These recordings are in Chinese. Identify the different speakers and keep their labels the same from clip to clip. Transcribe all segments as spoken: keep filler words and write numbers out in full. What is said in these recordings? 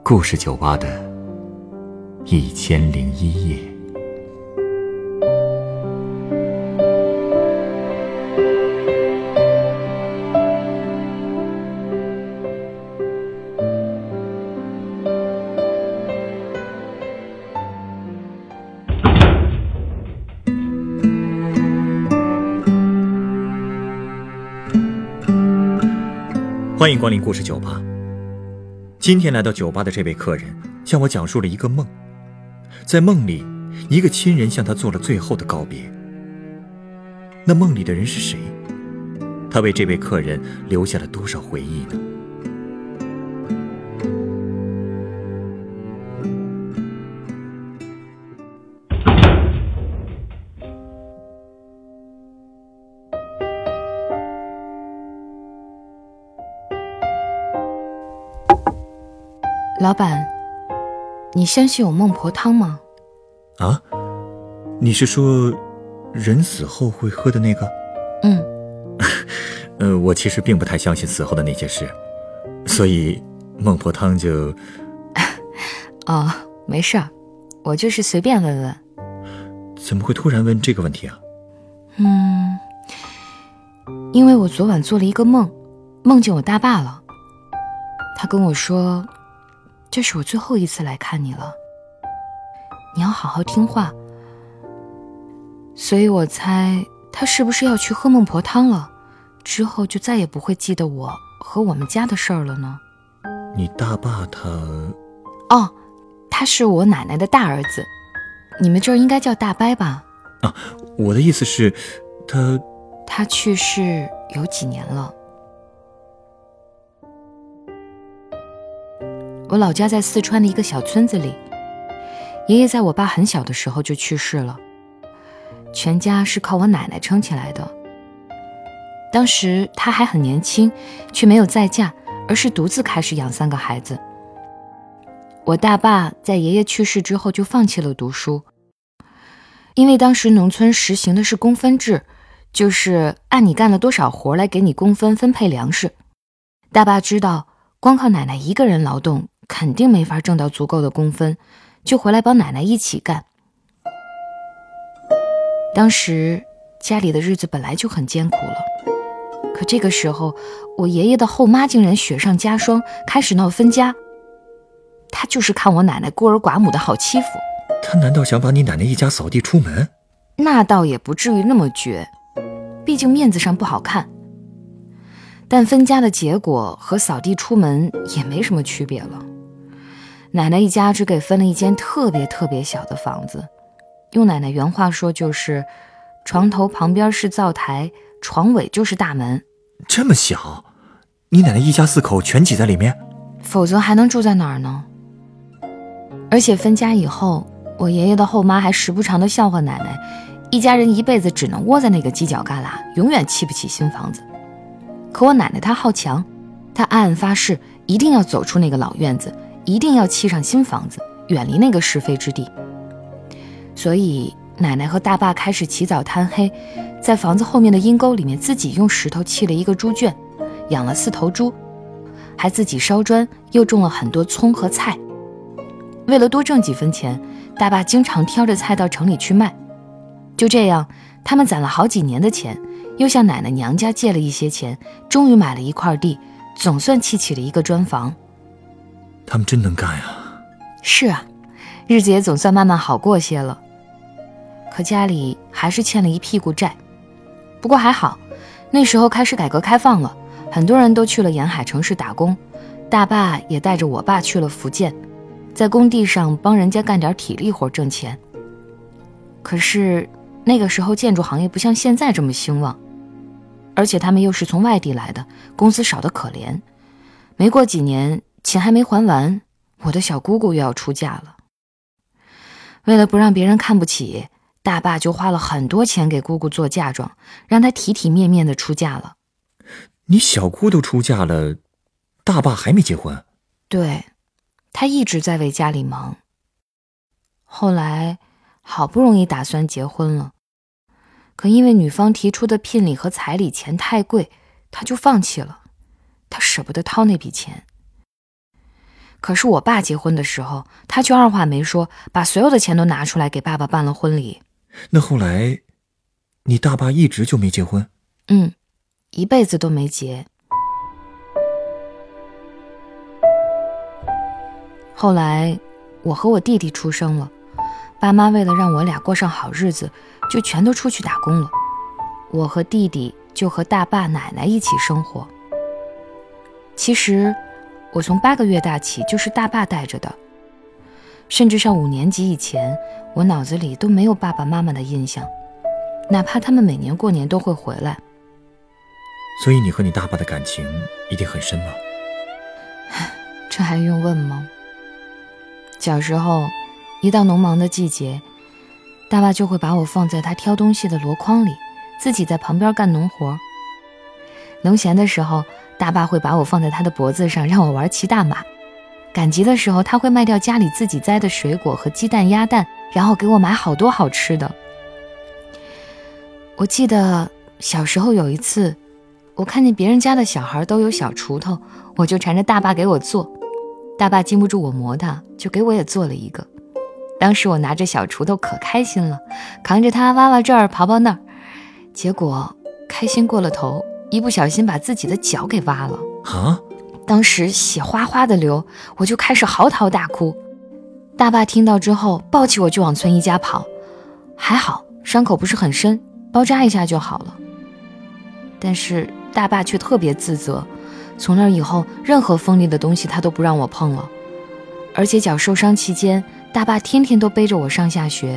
Speaker 1: 故事酒吧的一千零一夜。欢迎光临故事酒吧。今天来到酒吧的这位客人向我讲述了一个梦，在梦里，一个亲人向他做了最后的告别。那梦里的人是谁？他为这位客人留下了多少回忆呢？
Speaker 2: 老板，你相信有孟婆汤吗？
Speaker 1: 啊？你是说人死后会喝的那个？
Speaker 2: 嗯。
Speaker 1: 呃，我其实并不太相信死后的那些事，所以孟婆汤就……
Speaker 2: 哦，没事儿，我就是随便问问。
Speaker 1: 怎么会突然问这个问题啊？
Speaker 2: 嗯，因为我昨晚做了一个梦，梦见我大爸了。他跟我说，这是我最后一次来看你了，你要好好听话。所以我猜他是不是要去喝孟婆汤了，之后就再也不会记得我和我们家的事儿了呢？
Speaker 1: 你大爸他……
Speaker 2: 哦，他是我奶奶的大儿子，你们这儿应该叫大伯吧？
Speaker 1: 啊，我的意思是他……
Speaker 2: 他去世有几年了。我老家在四川的一个小村子里，爷爷在我爸很小的时候就去世了，全家是靠我奶奶撑起来的。当时她还很年轻，却没有再嫁，而是独自开始养三个孩子。我大爸在爷爷去世之后就放弃了读书，因为当时农村实行的是工分制，就是按你干了多少活来给你工分分配粮食。大爸知道光靠奶奶一个人劳动肯定没法挣到足够的工分，就回来帮奶奶一起干。当时家里的日子本来就很艰苦了，可这个时候我爷爷的后妈竟然雪上加霜，开始闹分家。他就是看我奶奶孤儿寡母的好欺负。
Speaker 1: 他难道想把你奶奶一家扫地出门？
Speaker 2: 那倒也不至于那么绝，毕竟面子上不好看。但分家的结果和扫地出门也没什么区别了。奶奶一家只给分了一间特别特别小的房子，用奶奶原话说就是床头旁边是灶台，床尾就是大门。
Speaker 1: 这么小？你奶奶一家四口全挤在里面？
Speaker 2: 否则还能住在哪儿呢？而且分家以后，我爷爷的后妈还时不常地笑话奶奶，一家人一辈子只能窝在那个犄角旮旯，永远砌不起新房子。可我奶奶她好强，她暗暗发誓一定要走出那个老院子，一定要砌上新房子，远离那个是非之地。所以奶奶和大爸开始起早贪黑，在房子后面的阴沟里面自己用石头砌了一个猪圈，养了四头猪，还自己烧砖，又种了很多葱和菜。为了多挣几分钱，大爸经常挑着菜到城里去卖。就这样，他们攒了好几年的钱，又向奶奶娘家借了一些钱，终于买了一块地，总算砌起了一个砖房。
Speaker 1: 他们真能干呀！
Speaker 2: 是啊，日子也总算慢慢好过些了。可家里还是欠了一屁股债。不过还好，那时候开始改革开放了，很多人都去了沿海城市打工，大爸也带着我爸去了福建，在工地上帮人家干点体力活挣钱。可是那个时候建筑行业不像现在这么兴旺，而且他们又是从外地来的，工资少得可怜。没过几年，钱还没还完，我的小姑姑又要出嫁了。为了不让别人看不起，大爸就花了很多钱给姑姑做嫁妆，让她体体面面的出嫁了。
Speaker 1: 你小姑都出嫁了，大爸还没结婚？
Speaker 2: 对，他一直在为家里忙。后来好不容易打算结婚了，可因为女方提出的聘礼和彩礼钱太贵，他就放弃了。他舍不得掏那笔钱。 可是我爸结婚的时候，他却二话没说，把所有的钱都拿出来给爸爸办了婚礼。
Speaker 1: 那后来，你大爸一直就没结婚？
Speaker 2: 嗯，一辈子都没结。后来，我和我弟弟出生了，爸妈为了让我俩过上好日子，就全都出去打工了。我和弟弟就和大爸奶奶一起生活。其实我从八个月大起就是大爸带着的，甚至上五年级以前，我脑子里都没有爸爸妈妈的印象，哪怕他们每年过年都会回来。
Speaker 1: 所以你和你大爸的感情一定很深吗？
Speaker 2: 这还用问吗？小时候一到农忙的季节，大爸就会把我放在他挑东西的箩筐里，自己在旁边干农活。农闲的时候，大爸会把我放在他的脖子上，让我玩骑大马。赶集的时候，他会卖掉家里自己栽的水果和鸡蛋鸭蛋，然后给我买好多好吃的。我记得小时候有一次，我看见别人家的小孩都有小锄头，我就缠着大爸给我做。大爸经不住我磨他，就给我也做了一个。当时我拿着小锄头可开心了，扛着它挖挖这儿刨刨那儿，结果开心过了头，一不小心把自己的脚给挖了
Speaker 1: 啊！
Speaker 2: 当时血哗哗的流，我就开始嚎啕大哭。大爸听到之后，抱起我就往村一家跑，还好伤口不是很深，包扎一下就好了。但是大爸却特别自责，从那以后任何锋利的东西他都不让我碰了。而且脚受伤期间，大爸天天都背着我上下学。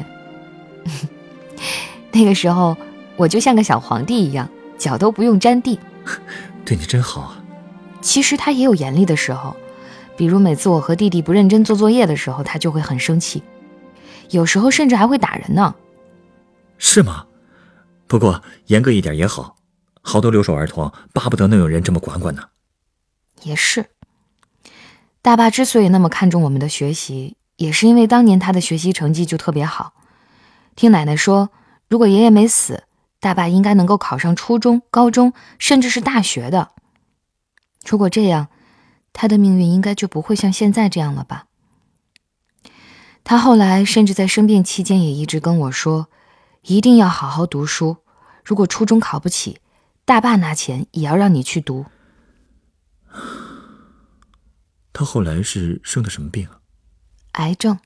Speaker 2: 那个时候我就像个小皇帝一样，脚都不用沾地。
Speaker 1: 对你真好啊。
Speaker 2: 其实他也有严厉的时候，比如每次我和弟弟不认真做作业的时候，他就会很生气，有时候甚至还会打人呢。
Speaker 1: 是吗？不过严格一点也好，好多留守儿童巴不得能有人这么管管呢。
Speaker 2: 也是，大爸之所以那么看重我们的学习，也是因为当年他的学习成绩就特别好。听奶奶说，如果爷爷没死，大爸应该能够考上初中、高中，甚至是大学的。如果这样，他的命运应该就不会像现在这样了吧。他后来甚至在生病期间也一直跟我说，一定要好好读书，如果初中考不起，大爸拿钱也要让你去读。
Speaker 1: 他后来是生的什么病啊？
Speaker 2: 癌症。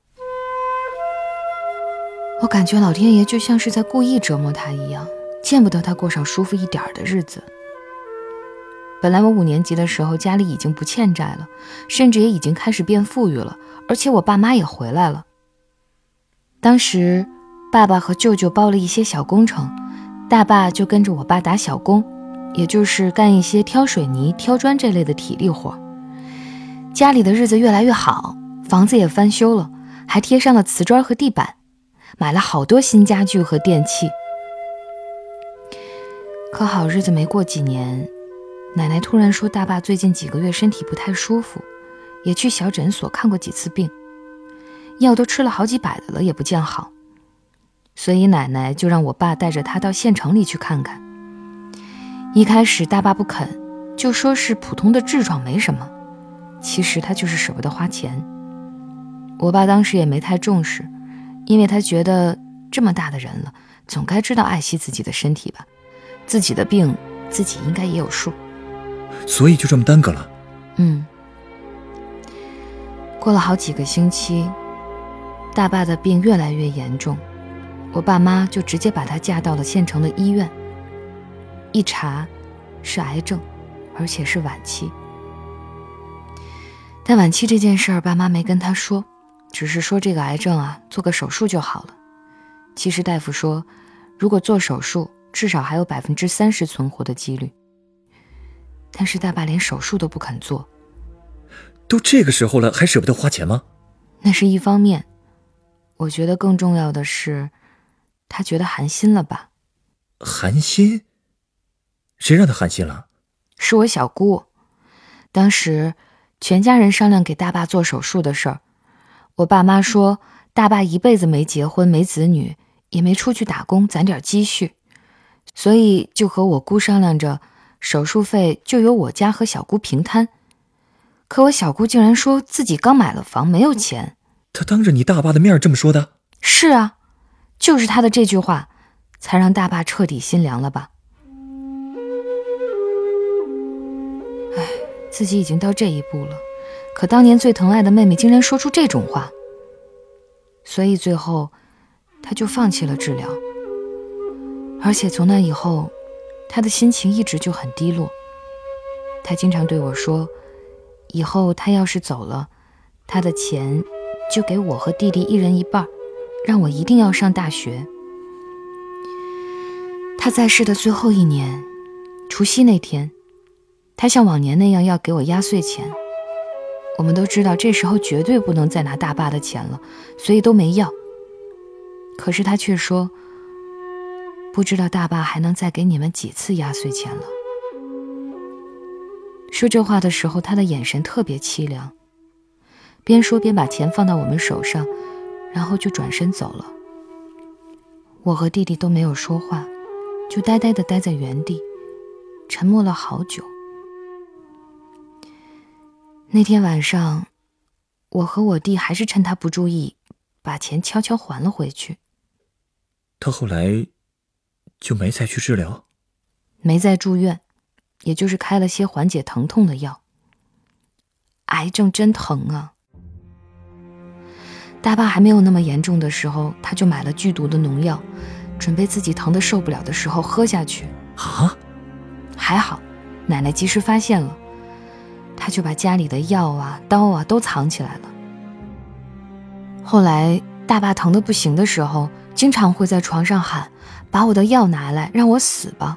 Speaker 2: 我感觉老天爷就像是在故意折磨他一样，见不得他过上舒服一点的日子。本来我五年级的时候家里已经不欠债了，甚至也已经开始变富裕了，而且我爸妈也回来了。当时爸爸和舅舅包了一些小工程，大爸就跟着我爸打小工，也就是干一些挑水泥、挑砖这类的体力活。家里的日子越来越好，房子也翻修了，还贴上了瓷砖和地板，买了好多新家具和电器。可好日子没过几年，奶奶突然说大爸最近几个月身体不太舒服，也去小诊所看过几次病，药都吃了好几百的了，也不见好。所以奶奶就让我爸带着他到县城里去看看。一开始大爸不肯，就说是普通的痔疮没什么，其实他就是舍不得花钱。我爸当时也没太重视，因为他觉得这么大的人了，总该知道爱惜自己的身体吧，自己的病自己应该也有数。
Speaker 1: 所以就这么耽搁了。
Speaker 2: 嗯，过了好几个星期，大爸的病越来越严重，我爸妈就直接把他架到了县城的医院。一查是癌症，而且是晚期。但晚期这件事儿爸妈没跟他说，只是说这个癌症啊，做个手术就好了。其实大夫说，如果做手术至少还有百分之三十存活的几率。但是大爸连手术都不肯做。
Speaker 1: 都这个时候了，还舍不得花钱吗？
Speaker 2: 那是一方面，我觉得更重要的是，他觉得寒心了吧。
Speaker 1: 寒心？谁让他寒心了？
Speaker 2: 是我小姑。当时全家人商量给大爸做手术的事儿，我爸妈说大爸一辈子没结婚没子女，也没出去打工攒点积蓄，所以就和我姑商量着手术费就由我家和小姑平摊。 可我小姑竟然说自己刚买了房，没有钱。
Speaker 1: 她当着你大爸的面这么说的？
Speaker 2: 是啊，就是她的这句话，才让大爸彻底心凉了吧。唉，自己已经到这一步了，可当年最疼爱的妹妹竟然说出这种话，所以最后她就放弃了治疗。而且从那以后，她的心情一直就很低落。她经常对我说，以后她要是走了，她的钱就给我和弟弟一人一半，让我一定要上大学。她在世的最后一年，除夕那天，她像往年那样要给我压岁钱。我们都知道这时候绝对不能再拿大爸的钱了，所以都没要。可是她却说，不知道大爸还能再给你们几次压岁钱了。说这话的时候，他的眼神特别凄凉，边说边把钱放到我们手上，然后就转身走了。我和弟弟都没有说话，就呆呆地待在原地，沉默了好久。那天晚上，我和我弟还是趁他不注意，把钱悄悄还了回去。
Speaker 1: 他后来就没再去治疗？
Speaker 2: 没再住院，也就是开了些缓解疼痛的药。癌症真疼啊！大爸还没有那么严重的时候，他就买了剧毒的农药，准备自己疼得受不了的时候喝下去。
Speaker 1: 啊？
Speaker 2: 还好，奶奶及时发现了，他就把家里的药啊、刀啊都藏起来了。后来大爸疼得不行的时候，经常会在床上喊，把我的药拿来，让我死吧。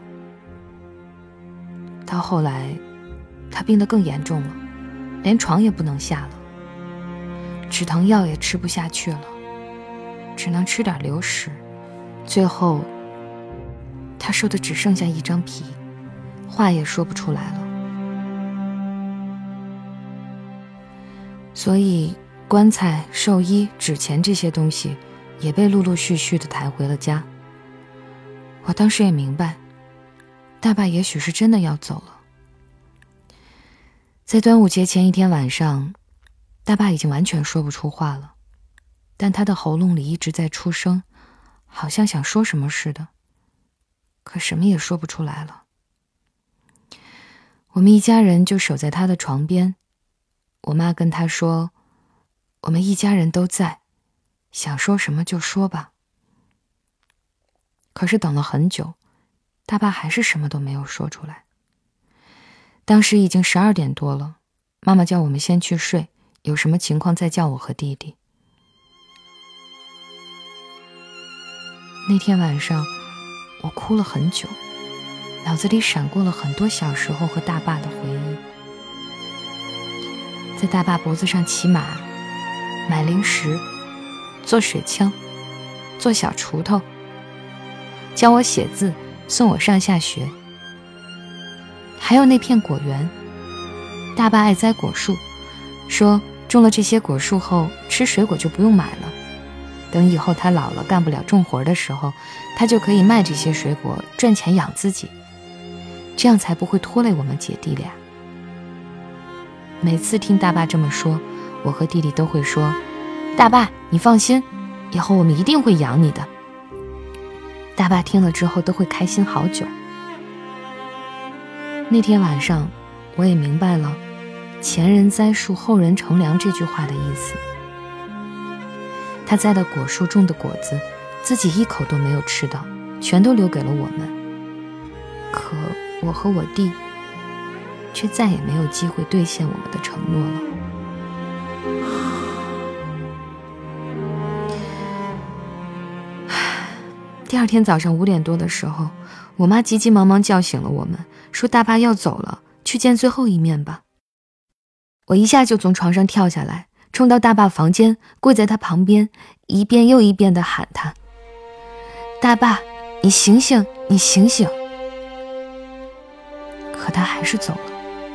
Speaker 2: 到后来他病得更严重了，连床也不能下了，止疼药也吃不下去了，只能吃点流食。最后他瘦得只剩下一张皮，话也说不出来了。所以棺材、寿衣、纸钱这些东西也被陆陆续续地抬回了家。我当时也明白，大爸也许是真的要走了。在端午节前一天晚上，大爸已经完全说不出话了，但他的喉咙里一直在出声，好像想说什么似的，可什么也说不出来了。我们一家人就守在他的床边，我妈跟他说，我们一家人都在，想说什么就说吧。可是等了很久，大爸还是什么都没有说出来。当时已经十二点多了，妈妈叫我们先去睡，有什么情况再叫我和弟弟。那天晚上我哭了很久，脑子里闪过了很多小时候和大爸的回忆。在大爸脖子上骑马，买零食，做水枪，做小锄头，教我写字，送我上下学。还有那片果园，大爸爱栽果树，说种了这些果树后，吃水果就不用买了，等以后他老了干不了重活的时候，他就可以卖这些水果赚钱养自己，这样才不会拖累我们姐弟俩。每次听大爸这么说，我和弟弟都会说，大爸你放心，以后我们一定会养你的。大爸听了之后都会开心好久。那天晚上我也明白了前人栽树后人乘凉这句话的意思。他栽的果树种的果子自己一口都没有吃到，全都留给了我们，可我和我弟却再也没有机会兑现我们的承诺了。第二天早上五点多的时候，我妈急急忙忙叫醒了我们，说大爸要走了，去见最后一面吧。我一下就从床上跳下来，冲到大爸房间，跪在他旁边，一遍又一遍地喊他，大爸你醒醒，你醒醒。可他还是走了。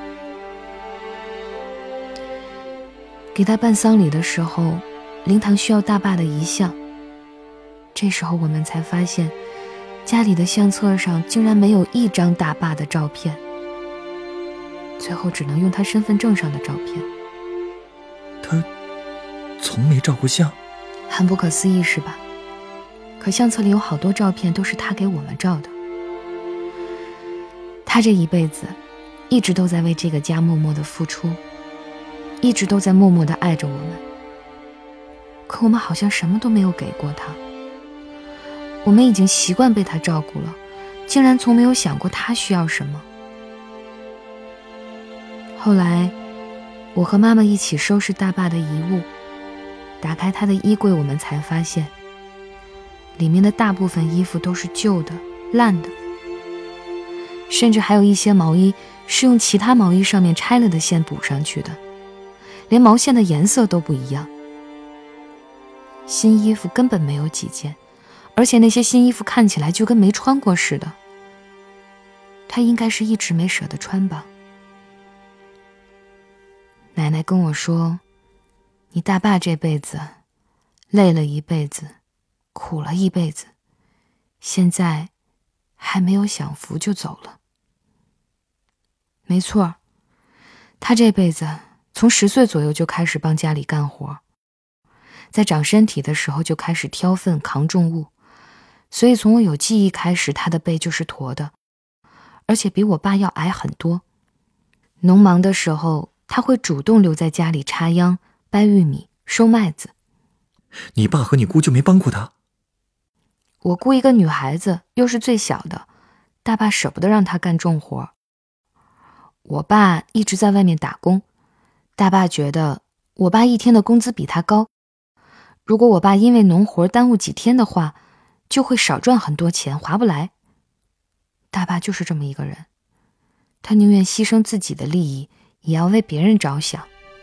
Speaker 2: 给他办丧礼的时候，灵堂需要大爸的遗像，这时候我们才发现，家里的相册上竟然没有一张大爸的照片。 最后只能用他身份证上的照片。
Speaker 1: 他从没照过相？
Speaker 2: 很不可思议是吧？可相册里有好多照片都是他给我们照的。他这一辈子一直都在为这个家默默的付出，一直都在默默的爱着我们。可我们好像什么都没有给过他。我们已经习惯被他照顾了，竟然从没有想过他需要什么。后来我和妈妈一起收拾大爸的遗物，打开他的衣柜，我们才发现里面的大部分衣服都是旧的、烂的，甚至还有一些毛衣是用其他毛衣上面拆了的线补上去的，连毛线的颜色都不一样。新衣服根本没有几件，而且那些新衣服看起来就跟没穿过似的。他应该是一直没舍得穿吧。奶奶跟我说，你大爸这辈子累了一辈子，苦了一辈子，现在还没有享福就走了。没错，他这辈子从十岁左右就开始帮家里干活，在长身体的时候就开始挑粪扛重物，所以从我有记忆开始，他的背就是驼的，而且比我爸要矮很多。农忙的时候，他会主动留在家里插秧、掰玉米、收麦子。
Speaker 1: 你爸和你姑就没帮过他？
Speaker 2: 我姑一个女孩子，又是最小的，大爸舍不得让她干重活。我爸一直在外面打工，大爸觉得我爸一天的工资比他高，如果我爸因为农活耽误几天的话，就会少赚很多钱，划不来。大爸就是这么一个人，他宁愿牺牲自己的利益，也要为别人着想。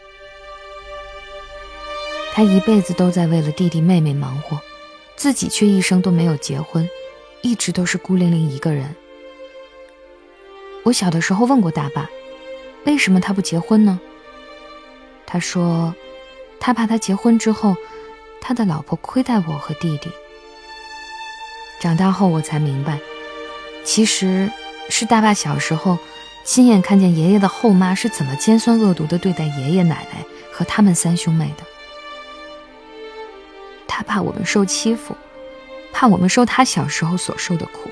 Speaker 2: 他一辈子都在为了弟弟妹妹忙活，自己却一生都没有结婚，一直都是孤零零一个人。我小的时候问过大爸，为什么他不结婚呢？他说，他怕他结婚之后，他的老婆亏待我和弟弟。长大后我才明白，其实是大爸小时候亲眼看见爷爷的后妈是怎么尖酸恶毒地对待爷爷奶奶和他们三兄妹的。他怕我们受欺负，怕我们受他小时候所受的苦。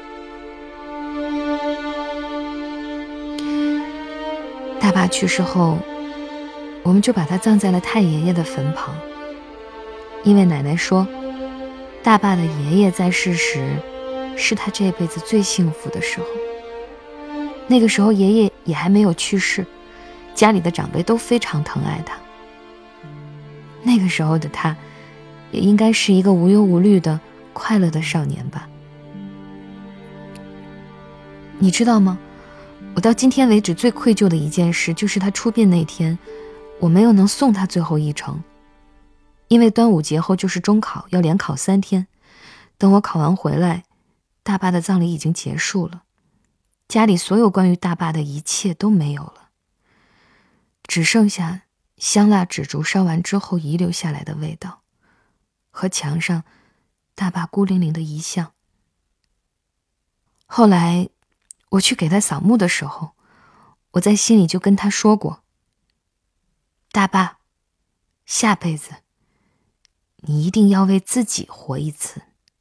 Speaker 2: 大爸去世后，我们就把他葬在了太爷爷的坟旁，因为奶奶说，大爸的爷爷在世时是他这辈子最幸福的时候。那个时候爷爷也还没有去世，家里的长辈都非常疼爱他。那个时候的他也应该是一个无忧无虑的快乐的少年吧。你知道吗，我到今天为止最愧疚的一件事，就是他出殡那天我没有能送他最后一程。因为端午节后就是中考，要连考三天，等我考完回来，大爸的葬礼已经结束了，家里所有关于大爸的一切都没有了，只剩下香蜡纸烛烧完之后遗留下来的味道，和墙上大爸孤零零的遗像。后来我去给他扫墓的时候，我在心里就跟他说过，大爸，下辈子你一定要为自己活一次。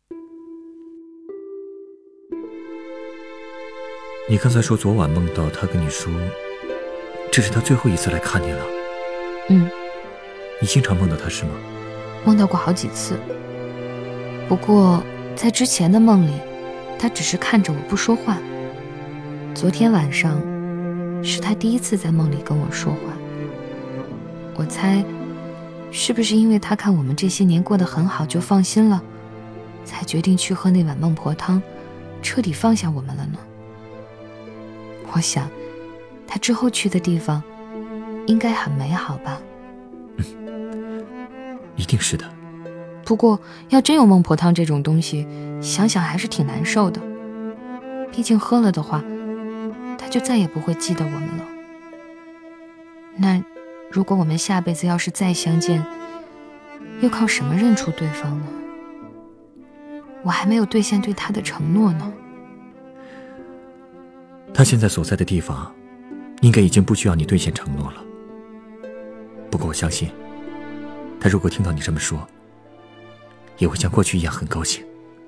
Speaker 1: 你刚才说昨晚梦到他跟你说，这是他最后一次来看你了。
Speaker 2: 嗯。
Speaker 1: 你经常梦到他是吗？
Speaker 2: 梦到过好几次，不过在之前的梦里，他只是看着我不说话。昨天晚上是他第一次在梦里跟我说话。我猜是不是因为他看我们这些年过得很好就放心了，才决定去喝那碗孟婆汤，彻底放下我们了呢？我想他之后去的地方应该很美好吧。
Speaker 1: 嗯，一定是的。
Speaker 2: 不过要真有孟婆汤这种东西，想想还是挺难受的。毕竟喝了的话，他就再也不会记得我们了。那如果我们下辈子要是再相见，又靠什么认出对方呢？我还没有兑现对他的承诺呢。
Speaker 1: 他现在所在的地方应该已经不需要你兑现承诺了。不过我相信，他如果听到你这么说，也会像过去一样很高兴。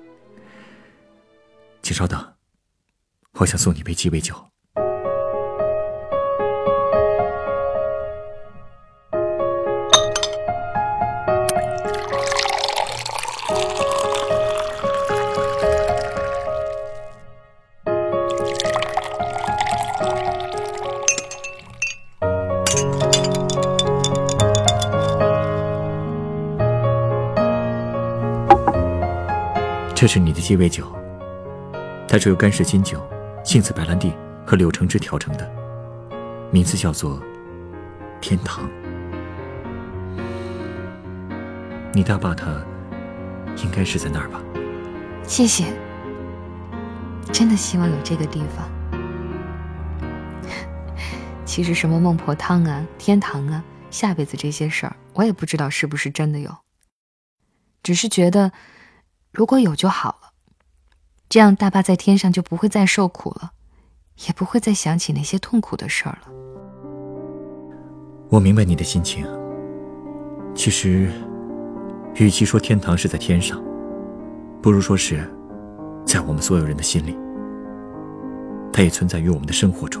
Speaker 1: 请稍等，我想送你杯鸡尾酒。这是你的鸡尾酒，它是由干式金酒、杏子白兰地和柳橙汁调成的，名字叫做天堂。你大爸他应该是在那儿吧？
Speaker 2: 谢谢，真的希望有这个地方。其实什么孟婆汤啊、天堂啊、下辈子这些事儿，我也不知道是不是真的有，只是觉得如果有就好了，这样大爸在天上就不会再受苦了，也不会再想起那些痛苦的事儿了。
Speaker 1: 我明白你的心情。其实与其说天堂是在天上，不如说是在我们所有人的心里，它也存在于我们的生活中。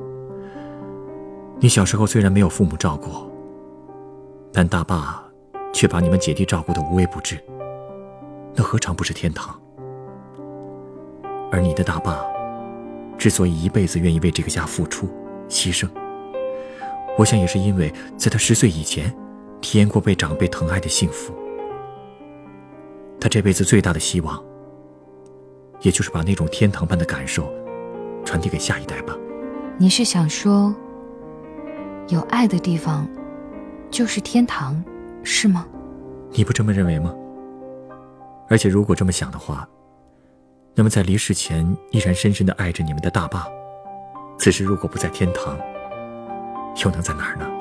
Speaker 1: 你小时候虽然没有父母照顾，但大爸却把你们姐弟照顾得无微不至，那何尝不是天堂？而你的大爸之所以一辈子愿意为这个家付出牺牲，我想也是因为在他十岁以前体验过被长辈疼爱的幸福。他这辈子最大的希望，也就是把那种天堂般的感受传递给下一代吧。
Speaker 2: 你是想说，有爱的地方就是天堂，是吗？
Speaker 1: 你不这么认为吗？而且如果这么想的话，那么在离世前依然深深地爱着你们的大爸，此时如果不在天堂，又能在哪儿呢？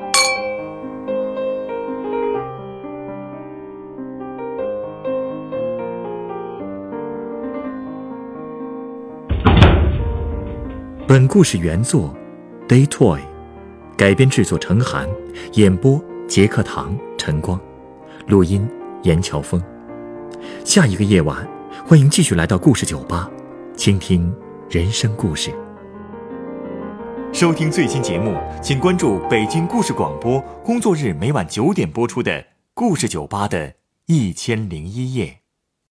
Speaker 1: 本故事原作 Daytoy， 改编制作陈寒，演播杰克堂、晨光，录音严乔峰。下一个夜晚，欢迎继续来到故事酒吧，倾听人生故事。收听最新节目，请关注北京故事广播，工作日每晚九点播出的故事酒吧的一千零一夜。